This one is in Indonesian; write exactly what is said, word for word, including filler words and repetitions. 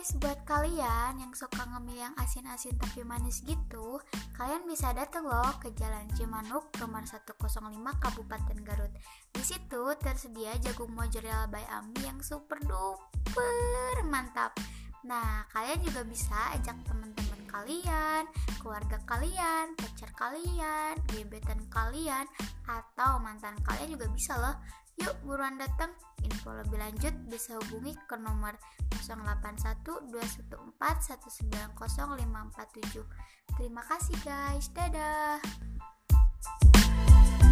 guys, buat kalian yang suka ngemil yang asin-asin tapi manis gitu, kalian bisa datang loh ke Jalan Cimanuk nomor seratus lima Kabupaten Garut. Di situ tersedia jagung mozzarella by Ami yang super duper mantap. Nah, kalian juga bisa ajak teman-teman kalian, keluarga kalian, pacar kalian, gebetan kalian, atau mantan kalian juga bisa loh. Yuk buruan datang. Info lebih lanjut bisa hubungi ke nomor nol delapan satu dua satu empat satu sembilan nol lima empat tujuh. Terima kasih guys, dadah.